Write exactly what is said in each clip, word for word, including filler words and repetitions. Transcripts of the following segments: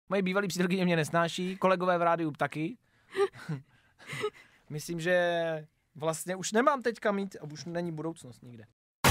Moje bývalý přítelkyně mě nesnáší, kolegové v rádiu taky. Myslím, že vlastně už nemám teďka mít a už není budoucnost nikde.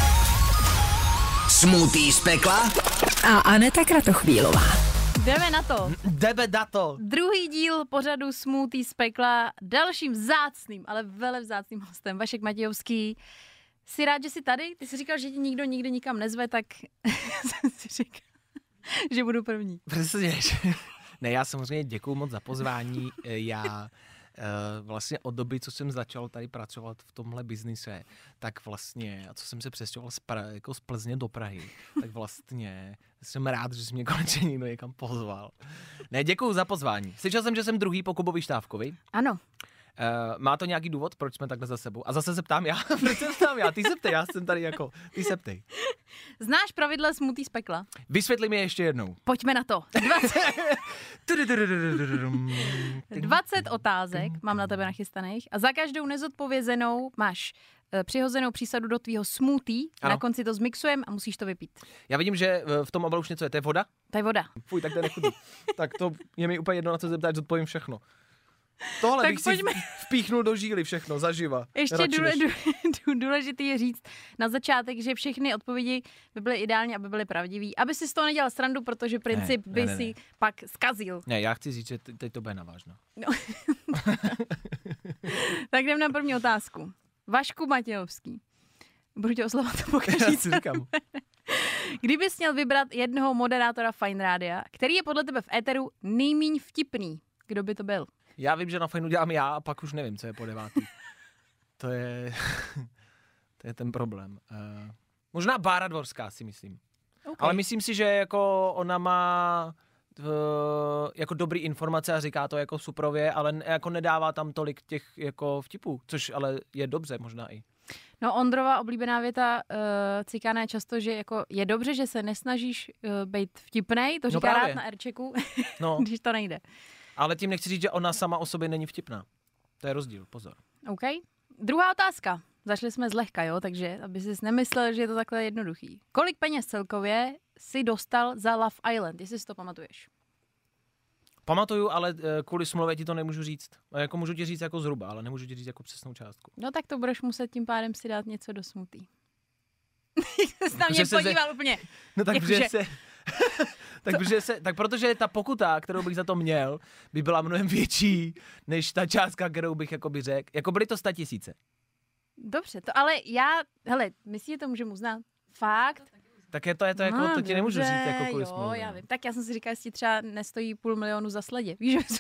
Smutý z pekla a Aneta Kratochvílová. Jdeme na to. Jdeme na to. Druhý díl pořadu Smutý z pekla. Dalším vzácným, ale vele vzácným hostem Vašek Matějovský. Jsi rád, že jsi tady? Ty jsi říkal, že ti nikdo nikdy nikam nezve, tak jsem si říkal, že budu první. Přesně. Ne, já samozřejmě děkuju moc za pozvání. Já vlastně od doby, co jsem začal tady pracovat v tomhle biznise, tak vlastně, a co jsem se přestěhoval z, pra, jako z Plzně do Prahy, tak vlastně jsem rád, že jsi mě konečně někdo někam pozval. Ne, děkuju za pozvání. Slyšel jsem, že jsem druhý po Kubovi Štávkovi. Ano. Uh, má to nějaký důvod, proč jsme takhle za sebou? A zase se ptám já, proč se ptám já? Ty se ptej, já jsem tady jako, ty se ptej. Znáš pravidla Smutý z pekla? Vysvětli mi je ještě jednou. Pojďme na to. dvacet otázek mám na tebe nachystaných a za každou nezodpovězenou máš uh, přihozenou přísadu do tvýho smoothie. Na konci to zmixujeme a musíš to vypít. Já vidím, že v tom obalu už něco je. To je voda? To je voda. Fuj, tak to je nechutný. Tak to je mi úplně jedno, na co zeptat, zodpovím všechno. Tohle tak bych pojďme. si vpíchnul do žíly všechno, zaživa. Ještě důle, důležitý je říct na začátek, že všechny odpovědi by byly ideální, aby byly pravdivý. Aby si z toho nedělal srandu, protože princip ne, by ne, ne, si ne. pak zkazil. Ne, já chci říct, že teď to bude navážno. No. Tak jdem na první otázku. Vašku Matějovský. Budu tě oslovat po každý. Já si říkám. Kdybys měl vybrat jednoho moderátora Fajn rádia, který je podle tebe v éteru nejmíň vtipný, kdo by to byl? Já vím, že na Fajnu dělám já a pak už nevím, co je po devátý. To je, to je ten problém. Uh, možná Bára Dvorská, si myslím. Okay. Ale myslím si, že jako ona má uh, jako dobrý informace a říká to jako suprově, ale jako nedává tam tolik těch jako vtipů, což ale je dobře možná i. No Ondrova oblíbená věta uh, Cikána je často, že jako je dobře, že se nesnažíš uh, být vtipnej, to říká no rád na Erčeku, no. Když to nejde. Ale tím nechci říct, že ona sama o sobě není vtipná. To je rozdíl, pozor. OK. Druhá otázka. Začali jsme zlehka, jo, takže aby jsi nemyslel, že je to takhle jednoduchý. Kolik peněz celkově si dostal za Love Island, jestli si to pamatuješ? Pamatuju, ale kvůli smlouvě ti to nemůžu říct. Jako můžu ti říct jako zhruba, ale nemůžu ti říct jako přesnou částku. No tak to budeš muset tím pádem si dát něco do smutí. Jsi na mě podíval se... úplně. No tak, jako že že... se... tak, protože se... tak protože ta pokuta, kterou bych za to měl, by byla mnohem větší, než ta částka, kterou bych jakoby řekl. Jako byly to sta tisíce. Dobře, to ale já, hele, myslíš, že to můžeme uznat? Fakt? Tak je to, je to jako, no, to ti nemůžu říct jako kvůli jo, smlouvě. Já vím. Tak já jsem si říkala, jestli třeba nestojí půl milionu za sledě. Víš, že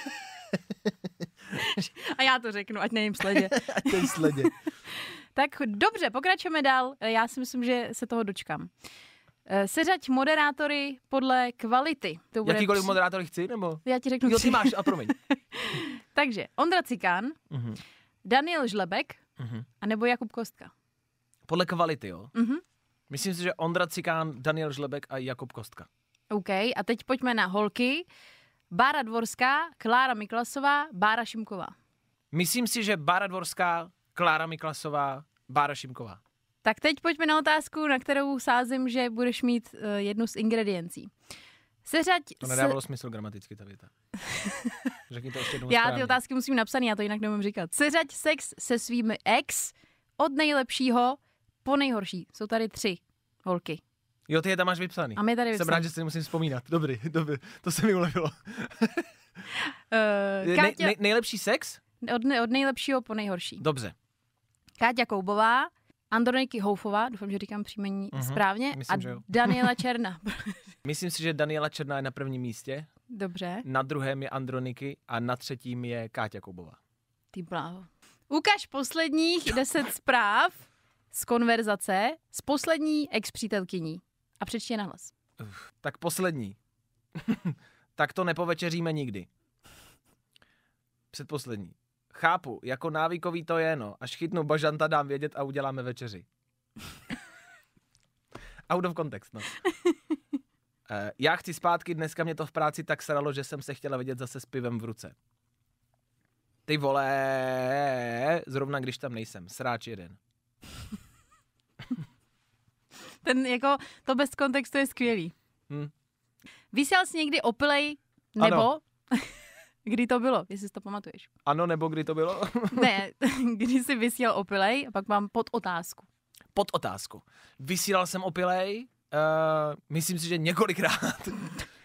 a já to řeknu, ať nejím sledě. Ať nejím sledě. Tak dobře, pokračujeme dál. Já si myslím, že se toho dočkám. Seřaď moderátory podle kvality. To bude jakýkoliv při... moderátory chci, nebo? Já ti řeknu. Jo, ty máš, a promiň. Takže Ondra Cikán, uh-huh. Daniel Žlebek, uh-huh. a nebo Jakub Kostka. Podle kvality, jo? Uh-huh. Myslím si, že Ondra Cikán, Daniel Žlebek a Jakub Kostka. OK, a teď pojďme na holky. Bára Dvorská, Klára Miklasová, Bára Šimková. Myslím si, že Bára Dvorská, Klára Miklasová, Bára Šimková. Tak teď pojďme na otázku, na kterou sázím, že budeš mít uh, jednu z ingrediencí. Seřaď... To nedávalo se... smysl gramaticky ta věta. Řekni to ještě jednou Já správně. ty otázky musím napsaný, já to jinak nemůžu říkat. Seřaď sex se svými ex od nejlepšího po nejhorší. Jsou tady tři holky. Jo, ty je tam máš vypsaný. A my tady vypsaný. Jsem rád, že si nemusím vzpomínat. Dobrý, dobrý. To se mi ulevilo. uh, Káťa... nej, nej, nejlepší sex? Od, ne, od nejlepšího po nejhorší. Dobře. Káťa Koubová, Androniky Houfová, doufám, že říkám příjmení uh-huh, správně, myslím, a Daniela Černá. Myslím si, že Daniela Černá je na prvním místě. Dobře. Na druhém je Androniky a na třetím je Káťa Koubová. Ty bláho. Ukaž posledních deset zpráv z konverzace s poslední ex-přítelkyní. A přečti je nahlas. Uf, tak poslední. Tak to nepovečeříme nikdy. Předposlední. Chápu, jako návykový to je, no. Až chytnu bažanta, dám vědět a uděláme večeři. Out of context, no. Uh, já chci zpátky, dneska mě to v práci tak sralo, že jsem se chtěla vidět zase s pivem v ruce. Ty vole, zrovna když tam nejsem. Sráč jeden. Ten jako, to bez kontextu je skvělý. Hmm. Vysel jsi někdy opilej Nebo, kdy to bylo, jestli si to pamatuješ. Ano, nebo kdy to bylo? Ne, kdy jsi vysílal opilej a pak mám pod otázku. Pod otázku. Vysílal jsem opilej, uh, myslím si, že několikrát. uh,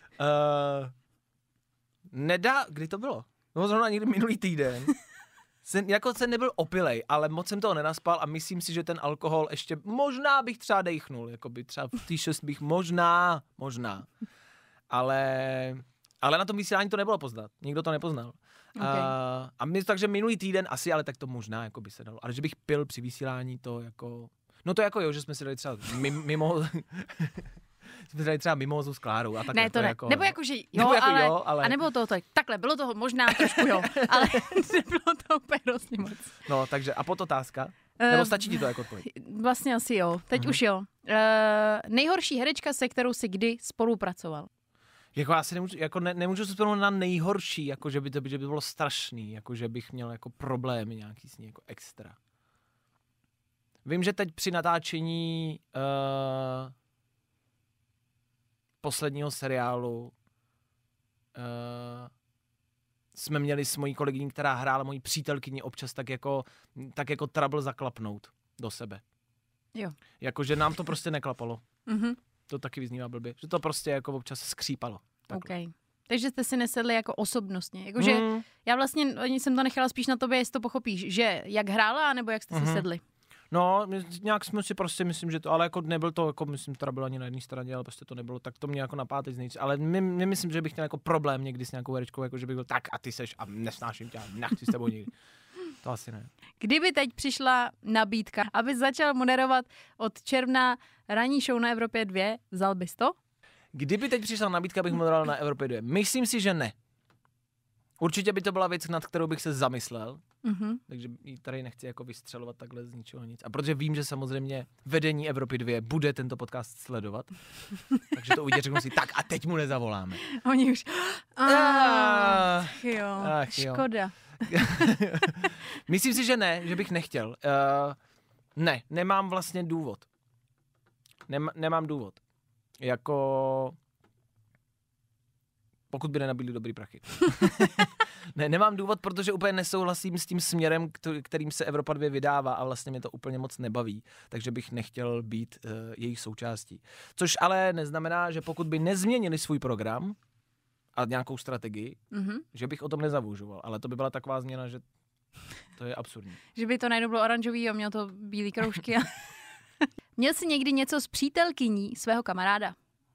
nedá, kdy to bylo? No zrovna někdy minulý týden. Jsem, jako jsem nebyl opilej, ale moc jsem toho nenaspal a myslím si, že ten alkohol ještě možná bych třeba dejchnul, jako by třeba v té šest bych možná, možná. Ale, ale na tom vysílání to nebylo poznat. Nikdo to nepoznal. Okay. A, a my, takže minulý týden asi, ale tak to možná jako by se dalo. Ale že bych pil při vysílání, to jako... No to jako jo, že jsme si dali třeba mimo... jsme dali třeba mimózu s Klárou a takhle. Ne, to, to ne. Jako, nebo jako, že jo, nebo jako ale, jo, ale... A nebo to, to takhle, bylo toho možná trošku jo, ale nebylo to úplně hrozně moc. No, takže a pod otázka? Nebo stačí ti to jako odpověď? Vlastně asi jo, teď uh-huh. už jo. Uh, nejhorší herečka, se kterou jsi kdy spolupracoval? Jako já si nemůžu, jako ne, nemůžu se vzpomenout na nejhorší, jako že by to že by bylo strašný, jako že bych měl jako problémy nějaký s ní jako extra. Vím, že teď při natáčení uh, posledního seriálu uh, jsme měli s mojí kolegyní, která hrála mojí přítelkyni občas tak jako, tak jako trouble zaklapnout do sebe. Jo. Jakože nám to prostě neklapalo. Mhm. To taky vyznívá blbě. Že to prostě jako občas skřípalo. Okay. Takže jste si nesedli jako osobnostně. Jakože mm. já vlastně jsem to nechala spíš na tobě, jestli to pochopíš, že jak hrála, nebo jak jste mm-hmm. si sedli. No, nějak jsme si prostě, myslím, že to, ale jako nebyl to, jako myslím, teda bylo ani na jedné straně, ale prostě to nebylo, tak to mě jako napáteč z nejvíc. Ale my, my myslím, že bych měl jako problém někdy s nějakou herečkou, jako že bych byl tak a ty seš a nesnáším tě a nechci s tebou nikdy. To asi ne. Kdyby teď přišla nabídka, aby začal moderovat od června ranní show na Evropě dva, vzal bys to? Kdyby teď přišla nabídka, abych moderoval na Evropě dva, myslím si, že ne. Určitě by to byla věc, nad kterou bych se zamyslel, mm-hmm. takže ji tady nechci jako vystřelovat takhle z ničeho nic. A protože vím, že samozřejmě vedení Evropy dva bude tento podcast sledovat, takže to uvidí, řeknu si, tak a teď mu nezavoláme. Oni už... Ach, jo, ach, škoda. Myslím si, že ne, že bych nechtěl. Uh, ne, nemám vlastně důvod. Nem, nemám důvod. Jako... Pokud by nenabídli dobrý prachy. ne, nemám důvod, protože úplně nesouhlasím s tím směrem, kterým se Evropa dva vydává a vlastně mě to úplně moc nebaví, takže bych nechtěl být uh, jejich součástí. Což ale neznamená, že pokud by nezměnili svůj program a nějakou strategii, mm-hmm. že bych o tom nezavoužoval, ale to by byla taková změna, že to je absurdní. Že by to najednou bylo oranžový a mělo to bílý kroužky. A... Měl jsi někdy něco s přítelkyní svého kamaráda?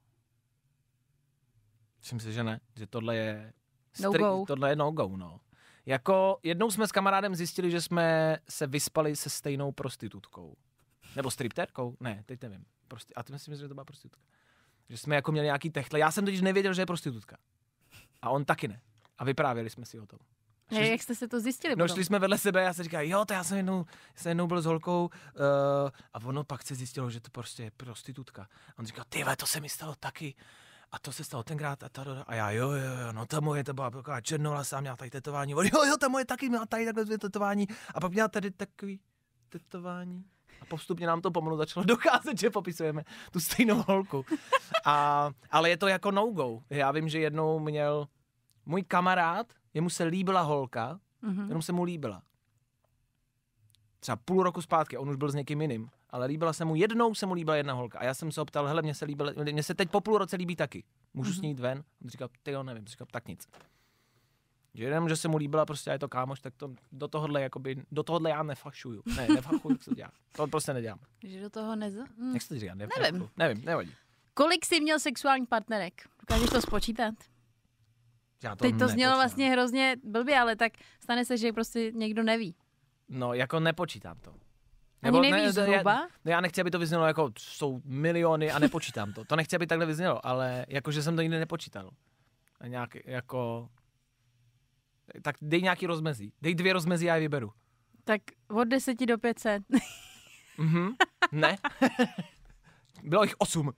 Myslím si, že ne, že tohle je no stri- go. Tohle je no go, no. Jako jednou jsme s kamarádem zjistili, že jsme se vyspali se stejnou prostitutkou. Nebo striptérkou? Ne, teď nevím. Prosti- a ty myslím, že to byla prostitutka. Že jsme jako měli nějaký techtle. Já jsem totiž nevěděl, že je prostitutka. A on taky ne. A vyprávěli jsme si o tom. Ne, jak jste se to zjistili? No, šli jsme vedle sebe a já se říkal, jo, to já jsem jednou, jsem jednou byl s holkou uh, a ono pak se zjistilo, že to prostě je prostitutka. A on říkal, ty to se mi stalo taky. A to se stalo tenkrát a ta a já jo, jo, jo, no ta moje, to byla taková černolasá, měla tady tetování. On, jo, jo, ta moje taky měla tady takové tetování. A pak měla tady takový tetování. A postupně nám to pomalu začalo docházet, že popisujeme tu stejnou holku. A, ale je to jako no-go. Já vím, že jednou měl můj kamarád, jemu se líbila holka, mm-hmm. jenom se mu líbila. Třeba půl roku zpátky, on už byl s někým jiným, ale líbila se mu, jednou se mu líbila jedna holka. A já jsem se optal, hele, mně se líbila, mně se teď po půl roce líbí taky. Můžu mm-hmm. s ní jít ven? On říkal, ty jo, nevím, říkal, tak nic. Že jenom, že se mu líbila, prostě a je to kámoš, tak to do tohohle, jakoby, do tohohle já nefašuju. Ne, nefachuju, co dělám. To prostě nedělám. Že do toho neza... Hm. Jak se to říká? Nevím. Nevím, nevadí. Kolik jsi měl sexuálních partnerek? Dokážeš to spočítat? Já to teď to nepočítám. Znělo vlastně hrozně blbě, ale tak stane se, že prostě někdo neví. No, jako nepočítám to. Nebo ani nevíš ne, zhruba? Já, já nechci, aby to vyznělo jako jsou miliony a nepočítám to. To nechci, aby takhle vyznělo, ale jakože jsem to nikdy nepočítal. A nějak jako... Tak dej nějaký rozmezí. Dej dvě rozmezí, já je vyberu. Tak od deseti do pět set. Mhm, ne. Bylo jich osm.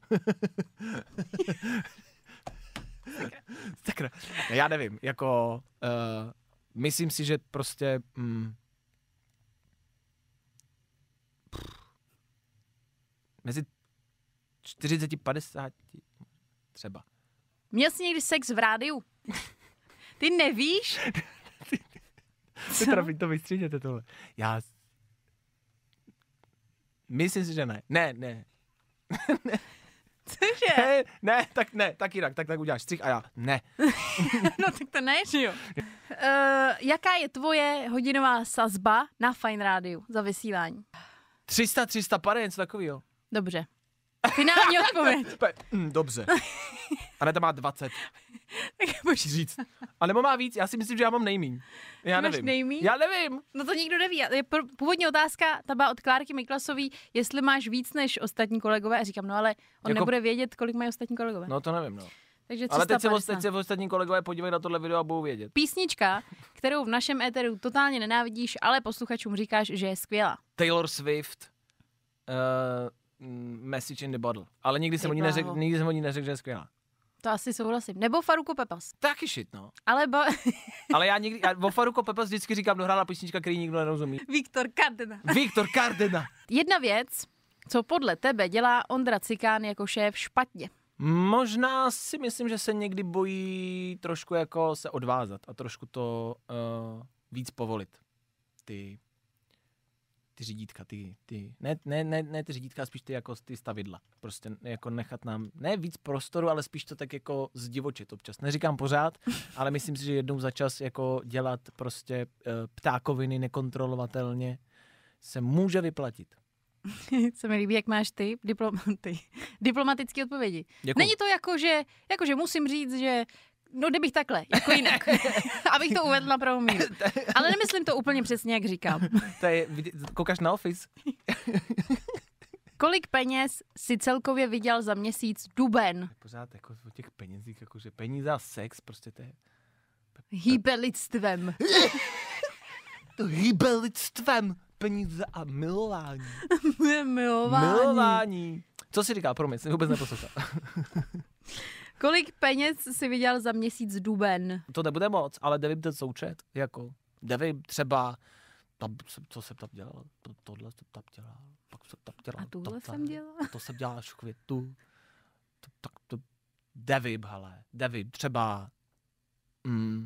Sakra. Já nevím, jako... Uh, myslím si, že prostě... Mm, mezi čtyřicet a padesát třeba. Měl jsi někdy sex v rádiu? Ty nevíš? Petra, vy to vystříděte tohle. Já... Myslím si, že ne. Ne, ne. ne. Cože? Ne, ne, tak ne, tak jinak, tak, tak uděláš střih a já, ne. No tak to ne, že jo. Uh, jaká je tvoje hodinová sazba na Fine Rádiu za vysílání? tři sta, tři sta pade, něco takovýho. Dobře. Finální odpověď. Dobře. A ne, to má dvacet. Tak můžeš říct. A nebo má víc, já si myslím, že já mám nejmíň. Já Máš nevím. nejmíň? Já nevím. No to nikdo neví. Je původní otázka, ta byla od Klárky Miklasový, jestli máš víc než ostatní kolegové. A říkám, no ale on jako... nebude vědět, kolik mají ostatní kolegové. No to nevím, no. Takže ale teď se, teď se ostatní kolegové podívají na tohle video a budou vědět. Písnička, kterou v našem éteru totálně nenávidíš, ale posluchačům říkáš, že je skvělá. Taylor Swift, uh, Message in the Bottle. Ale nikdy jsem, o ní neřekl, nikdy jsem o ní neřekl, že je skvělá. To asi souhlasím. Nebo Faruko Pepas. Taky shit, no. Ale, ba... ale já nikdy, já o Faruko Pepas vždycky říkám, dohrála písnička, který nikdo nerozumí. Viktor Kardena. Viktor Kardena. Jedna věc, co podle tebe dělá Ondra Cikán jako šéf špatně. Možná si myslím, že se někdy bojí trošku jako se odvázat a trošku to uh, víc povolit. Ty, ty řídítka, ty, ty, ne, ne, ne, ne ty řídítka, spíš ty jako ty stavidla. Prostě jako nechat nám, ne víc prostoru, ale spíš to tak jako zdivočit občas. Neříkám pořád, ale myslím si, že jednou za čas jako dělat prostě uh, ptákoviny nekontrolovatelně se může vyplatit. Se mi líbí, jak máš ty, diplom- ty diplomatické odpovědi. Děkuju. Není to jako že, jako, že musím říct, že no kdybych takhle, jako jinak, abych to uvedl na pravou míru. Ale nemyslím to úplně přesně, jak říkám. To je, koukáš na Office? Kolik peněz si celkově vydělal za měsíc duben? Pořád jako o těch penězích, jakože peníze a sex, prostě to je... Hýbe lidstvem. To hýbe lidstvem. Peníze a milování. milování. Milování. Co si říká, promiň, jsem vůbec neposlouchal. Kolik peněz si vydělal za měsíc duben? To nebude moc, ale devím ten součet. Jako, devím třeba, tam, co jsem tam dělal, to, tohle jsem tam dělal, pak jsem tam dělal. A tohle to, jsem dělal? To jsem dělal až v květu. To, tak to, devím, hele, devím, třeba mm,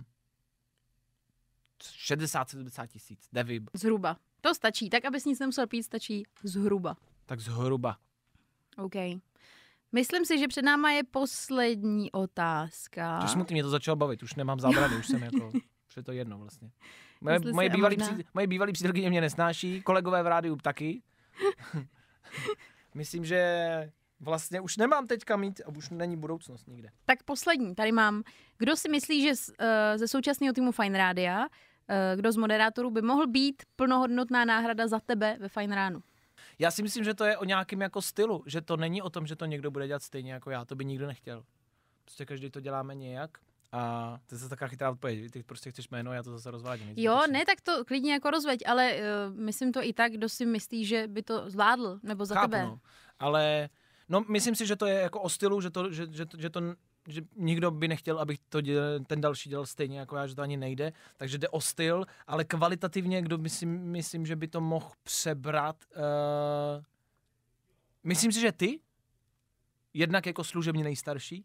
šedesát sedmdesát tisíc, devím. Zhruba. To stačí, tak abys nic nemusel pít, stačí zhruba. Tak zhruba. OK. Myslím si, že před náma je poslední otázka. To smutný, mě to začalo bavit, už nemám zábrany, už jsem jako, už je to jedno vlastně. Moje, moje, bývalý, možná... při, moje bývalý přítelkyně mě nesnáší, kolegové v rádiu taky. Myslím, že vlastně už nemám teďka mít a už není budoucnost nikde. Tak poslední, tady mám. Kdo si myslí, že z, uh, ze současného týmu Fine Rádia, uh, kdo z moderátorů by mohl být plnohodnotná náhrada za tebe ve Fine Ránu? Já si myslím, že to je o nějakém jako stylu, že to není o tom, že to někdo bude dělat stejně jako já, to by nikdo nechtěl. Prostě každý to děláme nějak a to je zase taková chytrá odpověď, ty prostě chceš jméno, já to zase rozvádím. Jo, ne, tak to klidně jako rozveď, ale uh, myslím to i tak, kdo si myslí, že by to zvládl, nebo za Chápu, tebe. No. Ale no, myslím si, že to je jako o stylu, že to, že, že, že to že nikdo by nechtěl, abych to dělal, ten další dělal stejně jako já, že to ani nejde, takže jde o styl, ale kvalitativně, kdo myslím, myslím že by to mohl přebrat. Uh, myslím si, že ty, jednak jako služebně nejstarší,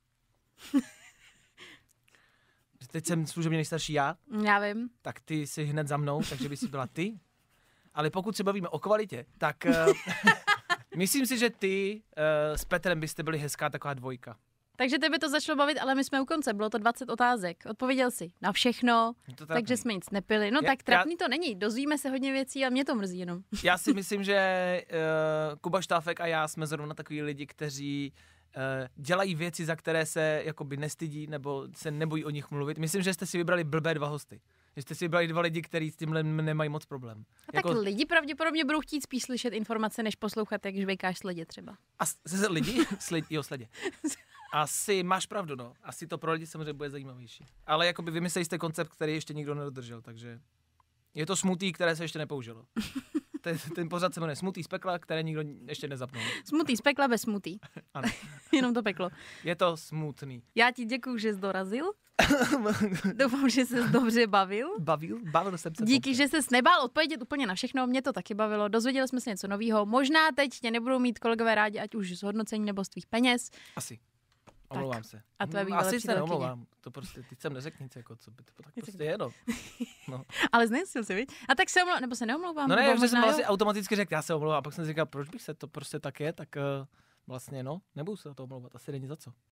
teď jsem služebně nejstarší já, já vím. tak ty jsi hned za mnou, takže by si byla ty, ale pokud se bavíme o kvalitě, tak uh, myslím si, že ty uh, s Petrem byste byli hezká taková dvojka. Takže tebe to začalo bavit, ale my jsme u konce, bylo to dvacet otázek. Odpověděl jsi na všechno, takže jsme nic nepili. No já, tak trapný já, to není, dozvíme se hodně věcí a mě to mrzí jenom. Já si myslím, že uh, Kuba Štáfek a já jsme zrovna takový lidi, kteří uh, dělají věci, za které se jakoby nestydí nebo se nebojí o nich mluvit. Myslím, že jste si vybrali blbé dva hosty. Že jste si vybrali dva lidi, kteří s tímhle nemají moc problém. A jako... tak lidi pravděpodobně budou chtít spíš slyšet informace, než poslouchat, jak žvejkáš sledě třeba. A s- lidi? Sled, jo, sledě. Asi máš pravdu, no. Asi to pro lidi samozřejmě bude zajímavější. Ale jakoby vymysleli jste koncept, který ještě nikdo nedodržel, takže je to smutý, které se ještě nepoužilo. Ten, ten pořad se jmenuje Smutý z pekla, které nikdo ještě nezapnul. Smutý z pekla bez smutý. Ano. Jenom to peklo. Je to smutný. Já ti děkuju, že jsi dorazil. Doufám, že jsi dobře bavil. Bavil? Bavil jsem se. Díky, že jsi nebál odpovědět úplně na všechno, mě to taky bavilo. Dozvěděli jsme se něco nového. Možná teď tě nebudou mít kolegové rádi, ať už z hodnocení nebo z tvých peněz. Asi. Omlouvám se. A tvé bývalé Asi se přítelkyně. neomlouvám. To prostě, teď jsem neřekl nic, jako, co by to tak prostě je, no. no. Ale znejistil si, viď? A tak se omlouvám, nebo se neomlouvám? No ne, nebo že jsem možná vlastně jo? automaticky řekl, já se omlouvám, a pak jsem si říkal, proč bych se to prostě tak je, tak uh, vlastně no, nebudu se za to omlouvat, asi není za co.